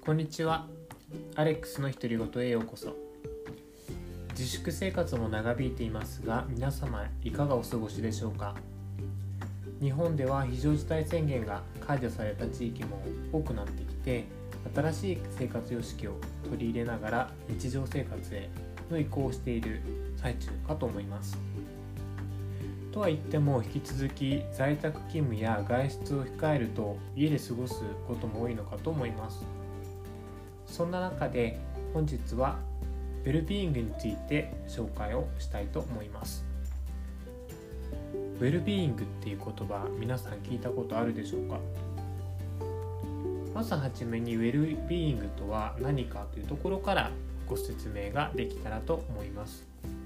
こんにちは。アレックスの独り言へようこそ。自粛生活も長引いていますが、皆様いかがお過ごしでしょうか。日本では非常事態宣言が解除された地域も多くなってきて、新しい生活様式を取り入れながら日常生活への移行をしている最中かと思います。とは言っても、引き続き在宅勤務や外出を控えると家で過ごすことも多いのかと思います。そんな中で本日はウェルビーイングについて紹介をしたいと思います。ウェルビーイングっていう言葉、皆さん聞いたことあるでしょうか。まずはじめにウェルビーイングとは何かというところからご説明ができたらと思います。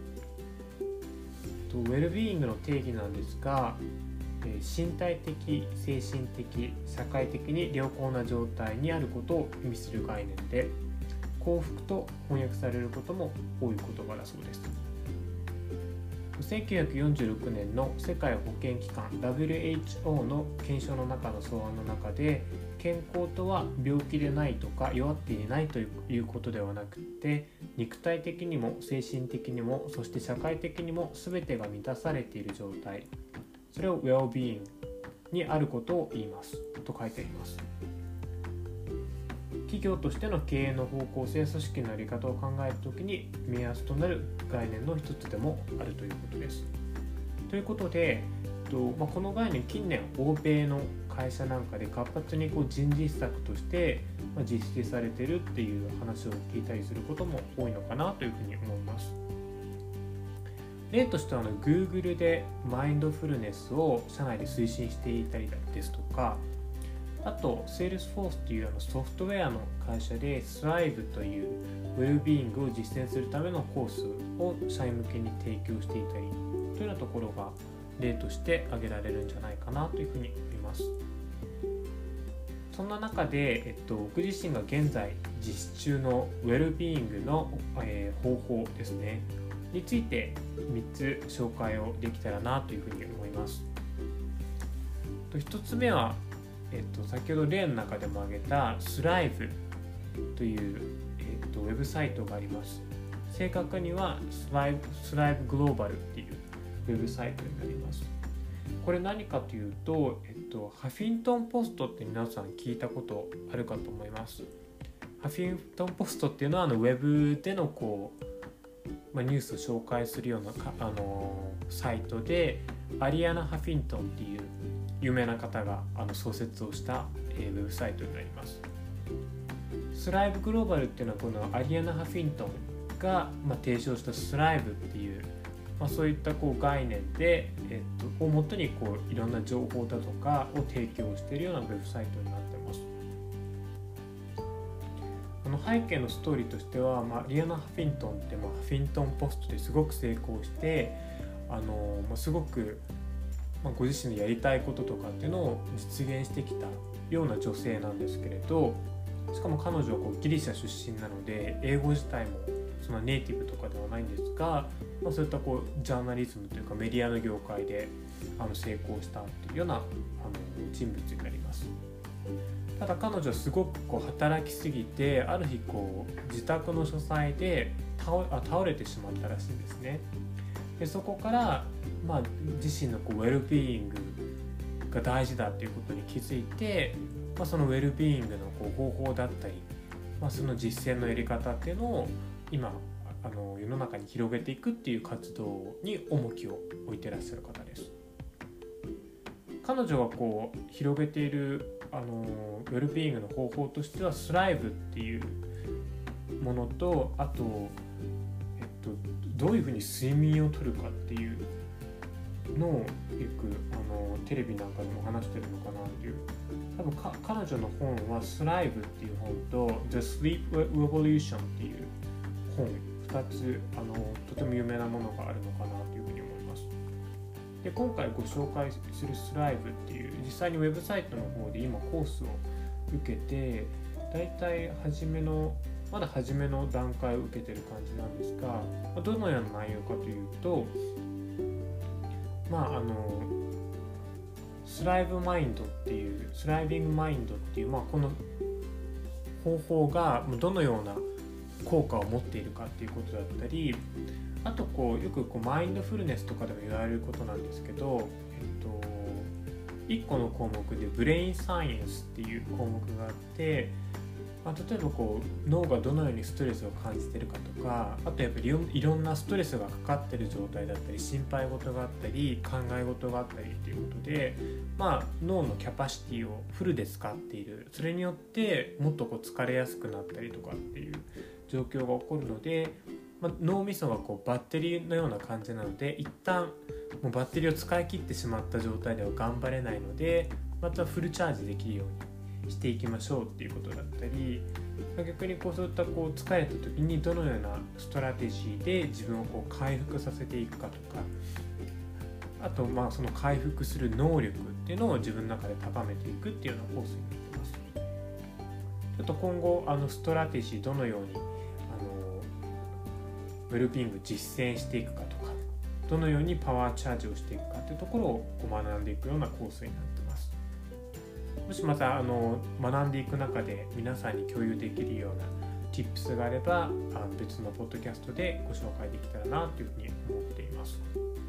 ウェルビーイングの定義なんですが、身体的、精神的、社会的に良好な状態にあることを意味する概念で、幸福と翻訳されることも多い言葉だそうです。1946年の世界保健機関 WHO の検証の中の草案の中で、健康とは病気でないとか弱っていないということではなくて、肉体的にも精神的にも、そして社会的にも全てが満たされている状態、それを Well-being にあることを言いますと書いてあります。企業としての経営の方向性、組織の在り方を考えるときに目安となる概念の一つでもあるということです。ということで、この概念、近年欧米の会社なんかで活発に人事施策として実施されているっていう話を聞いたりすることも多いのかなというふうに思います。例としてはGoogle でマインドフルネスを社内で推進していたりですとか、あと Salesforce というソフトウェアの会社で Thrive というウェルビーイングを実践するためのコースを社員向けに提供していたりというようなところが例として挙げられるんじゃないかなというふうに思います。そんな中で、僕自身が現在実施中のウェルビーイングの、方法ですねについて3つ紹介をできたらなというふうに思います。1つ目は、先ほど例の中でも挙げた Thrive という、ウェブサイトがあります。正確には Thrive Global っていうウェブサイトになります。これ何かというと、ハフィントンポストって皆さん聞いたことあるかと思います。ハフィントンポストっていうのはウェブでのニュースを紹介するようなサイトで、アリアナ・ハフィントンっていう有名な方が創設をした、ウェブサイトになります。スライブグローバルっていうのはこのアリアナ・ハフィントンが、提唱したスライブっていう、そういった概念で、をもとにいろんな情報だとかを提供しているようなウェブサイトになっています。背景のストーリーとしては、リアナ・ハフィントンってハフィントンポストですごく成功して、すごく、ご自身のやりたいこととかっていうのを実現してきたような女性なんですけれど、しかも彼女はギリシャ出身なので、英語自体もそのネイティブとかではないんですが、そういったジャーナリズムというかメディアの業界で成功したっていうような人物になります。ただ彼女はすごく働きすぎて、ある日自宅の書斎で倒れてしまったらしいんですね。でそこから、自身のウェルビーイングが大事だということに気づいて、そのウェルビーイングの方法だったり、その実践のやり方っていうのを今世の中に広げていくっていう活動に重きを置いていらっしゃる方です。彼女が広げているウェルビーイングの方法としては、スライブっていうものと、あと、どういうふうに睡眠をとるかっていうのをよくテレビなんかでも話してるのかなっていう。多分彼女の本はスライブっていう本と The Sleep Revolution っていう本2つとても有名なものがあるのかなというふうに思います。で今回ご紹介するスライブっていう実際にウェブサイトの方で今コースを受けて、だいたいまだ初めの段階を受けてる感じなんですが、どのような内容かというと、スライビングマインドっていう、この方法がどのような効果を持っているかっていうことだったり、あとよくマインドフルネスとかでも言われることなんですけど、1個の項目でブレインサイエンスっていう項目があって、例えば脳がどのようにストレスを感じているかとか、あとやっぱりいろんなストレスがかかっている状態だったり、心配事があったり考え事があったりっていうことで、脳のキャパシティをフルで使っている、それによってもっと疲れやすくなったりとかっていう状況が起こるので、脳みそがバッテリーのような感じなので、一旦もうバッテリーを使い切ってしまった状態では頑張れないので、またフルチャージできるようにしていきましょうっていうことだったり、逆にそういった疲れた時にどのようなストラテジーで自分を回復させていくかとか、あとその回復する能力っていうのを自分の中で高めていくっていうようなコースになってます。ちょっと今後ストラテジーどのようにウェルビーイング実践していくかとか、どのようにパワーチャージをしていくかというところを学んでいくようなコースになってます。もしまた学んでいく中で皆さんに共有できるような Tips があれば、別のポッドキャストでご紹介できたらなというふうに思っています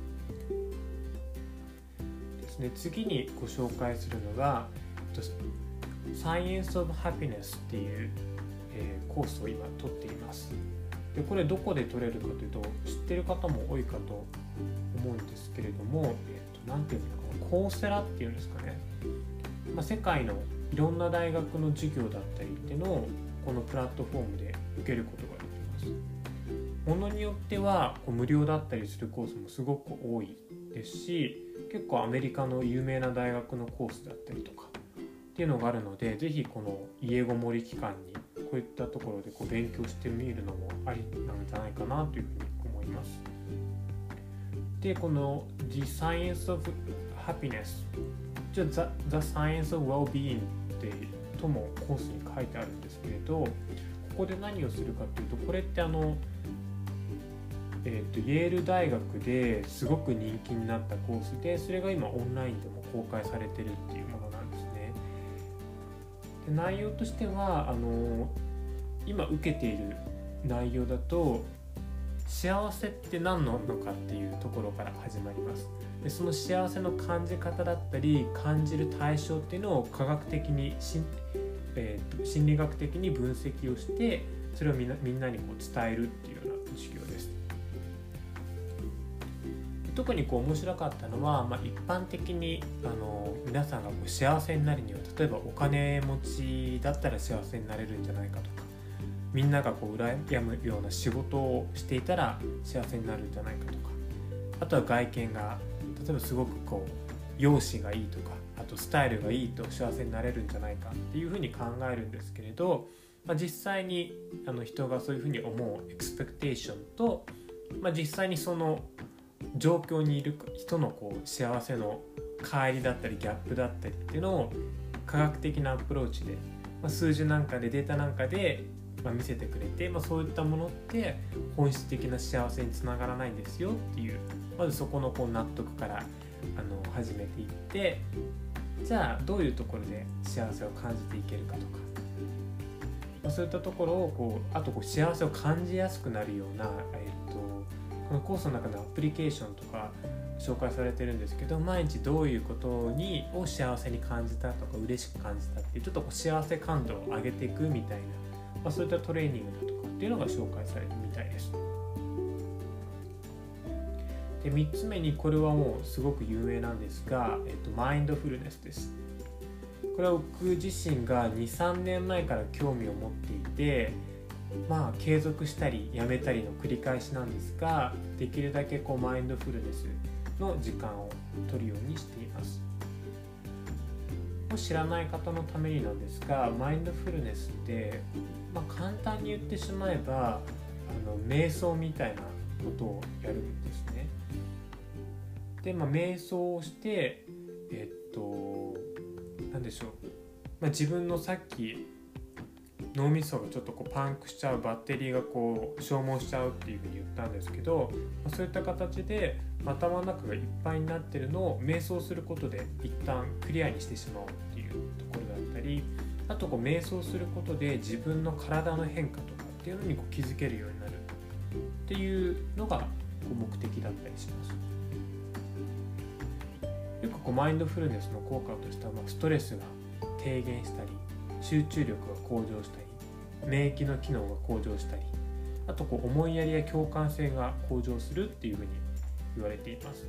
ですね。次にご紹介するのがScience of Happiness っていう、コースを今取っています。でこれどこで取れるかというと、知ってる方も多いかと思うんですけれども、なんていうのかな、コーセラっていうんですかね、世界のいろんな大学の授業だったりっていうのをこのプラットフォームで受けることができます。ものによっては無料だったりするコースもすごく多いですし、結構アメリカの有名な大学のコースだったりとかっていうのがあるので、ぜひこの家ごもり期間にこういったところで勉強してみるのもありなんじゃないかなというふうに思います。でこの The Science of Happiness、 The Science of Well-being ってともコースに書いてあるんですけれど、ここで何をするかというと、これってイェール大学ですごく人気になったコースで、それが今オンラインでも公開されてるっていうものなんですね。で内容としては今受けている内容だと、幸せって何なのかっていうところから始まります。でその幸せの感じ方だったり感じる対象っていうのを科学的に心理学的に分析をして、それをみんなに伝えるっていうような授業です。特に面白かったのは、一般的に皆さんが幸せになるには、例えばお金持ちだったら幸せになれるんじゃないかとか、みんなが羨むような仕事をしていたら幸せになるんじゃないかとか、あとは外見が例えばすごく容姿がいいとか、あとスタイルがいいと幸せになれるんじゃないかっていうふうに考えるんですけれど、実際に人がそういうふうに思うエクスペクテーションと、実際にその状況にいる人の幸せの乖離だったりギャップだったりっていうのを科学的なアプローチで、数字なんかでデータなんかで見せてくれて、そういったものって本質的な幸せにつながらないんですよっていう、まずそこの納得から始めていって、じゃあどういうところで幸せを感じていけるかとか、そういったところをあと幸せを感じやすくなるような、このコースの中のアプリケーションとか紹介されてるんですけど、毎日どういうことを幸せに感じたとか嬉しく感じたっていう、ちょっと幸せ感度を上げていくみたいな、そういったトレーニングだとかっていうのが紹介されるみたいです。で3つ目に、これはもうすごく有名なんですが、マインドフルネスです。これは僕自身が 2,3 年前から興味を持っていて、継続したりやめたりの繰り返しなんですが、できるだけマインドフルネスの時間を取るようにしています。もし知らない方のためになんですが、マインドフルネスって、簡単に言ってしまえば瞑想みたいなことをやるんですね。で、瞑想をして何でしょう、自分のさっき脳みそがちょっとパンクしちゃう、バッテリーが消耗しちゃうっていうふうに言ったんですけど、そういった形で頭の中がいっぱいになってるのを瞑想することで一旦クリアにしてしまおうっていうところだったり、 あと瞑想することで自分の体の変化とかっていうのに気づけるようになるっていうのが目的だったりします。よくマインドフルネスの効果としては、ストレスが低減したり、集中力が向上したり、免疫の機能が向上したり、あと思いやりや共感性が向上するっていうふうに言われています。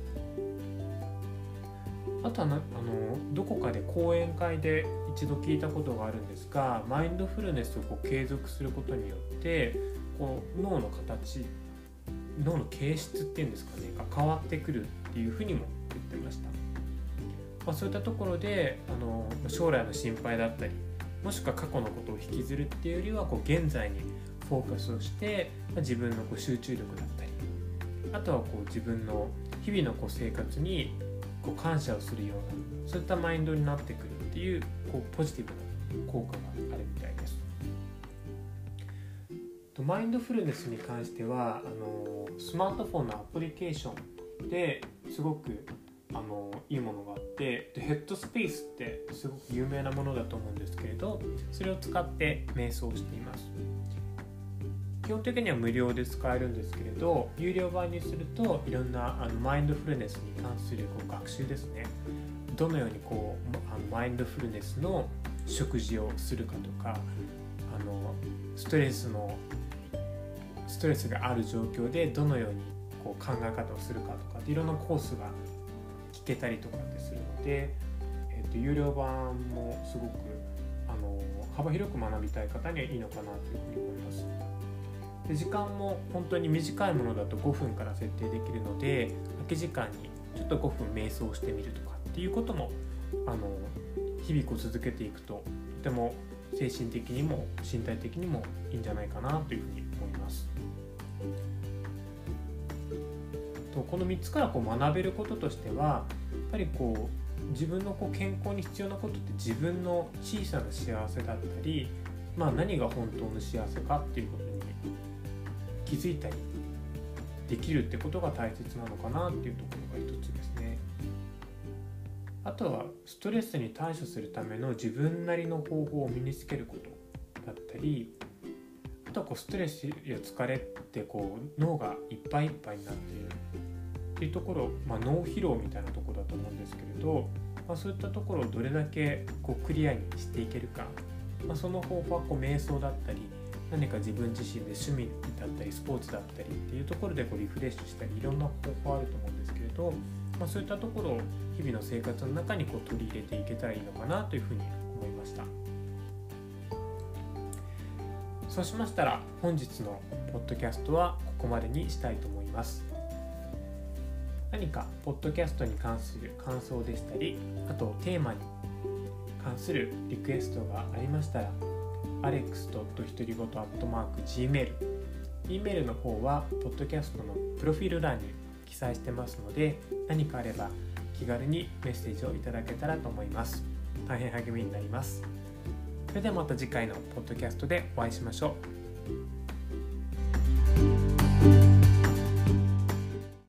あとはどこかで講演会で一度聞いたことがあるんですが、マインドフルネスを継続することによって脳の形、脳の形質っていうんですかね、が変わってくるっていうふうにも言ってました。そういったところで将来の心配だったり、もしくは過去のことを引きずるっていうよりは現在にフォーカスをして、自分の集中力だったり、あとは自分の日々の生活に感謝をするような、そういったマインドになってくるっていうポジティブな効果があるみたいです。マインドフルネスに関してはスマートフォンのアプリケーションですごくいいものがあって、ヘッドスペースってすごく有名なものだと思うんですけれど、それを使って瞑想しています。基本的には無料で使えるんですけれど、有料版にするといろんなマインドフルネスに関する学習ですね、どのようにマインドフルネスの食事をするかとか、ストレスがある状況でどのように考え方をするかとかっていろんなコースが聞けたりとかってするので、有料版もすごく幅広く学びたい方にはいいのかなというふうに思います。で時間も本当に短いものだと5分から設定できるので、空き時間にちょっと5分瞑想してみるとかっていうことも日々続けていくと、とても精神的にも身体的にもいいんじゃないかなというふうに思います。この3つから学べることとしては、やっぱり自分の健康に必要なことって自分の小さな幸せだったり、何が本当の幸せかっていうことに気づいたりできるってことが大切なのかなっていうところが一つですね。あとはストレスに対処するための自分なりの方法を身につけることだったり、あとはストレスや疲れって脳がいっぱいいっぱいになっているっていうところ、脳疲労みたいなところだと思うんですけれど、そういったところをどれだけクリアにしていけるか、その方法は瞑想だったり、何か自分自身で趣味だったりスポーツだったりっていうところでリフレッシュしたり、いろんな方法あると思うんですけれど、そういったところを日々の生活の中に取り入れていけたらいいのかなというふうに思いました。そうしましたら本日のポッドキャストはここまでにしたいと思います。何かポッドキャストに関する感想でしたり、あとテーマに関するリクエストがありましたら、alex.独り言@gmail、 E メールの方はポッドキャストのプロフィール欄に記載してますので、何かあれば気軽にメッセージをいただけたらと思います。大変励みになります。それではまた次回のポッドキャストでお会いしましょう。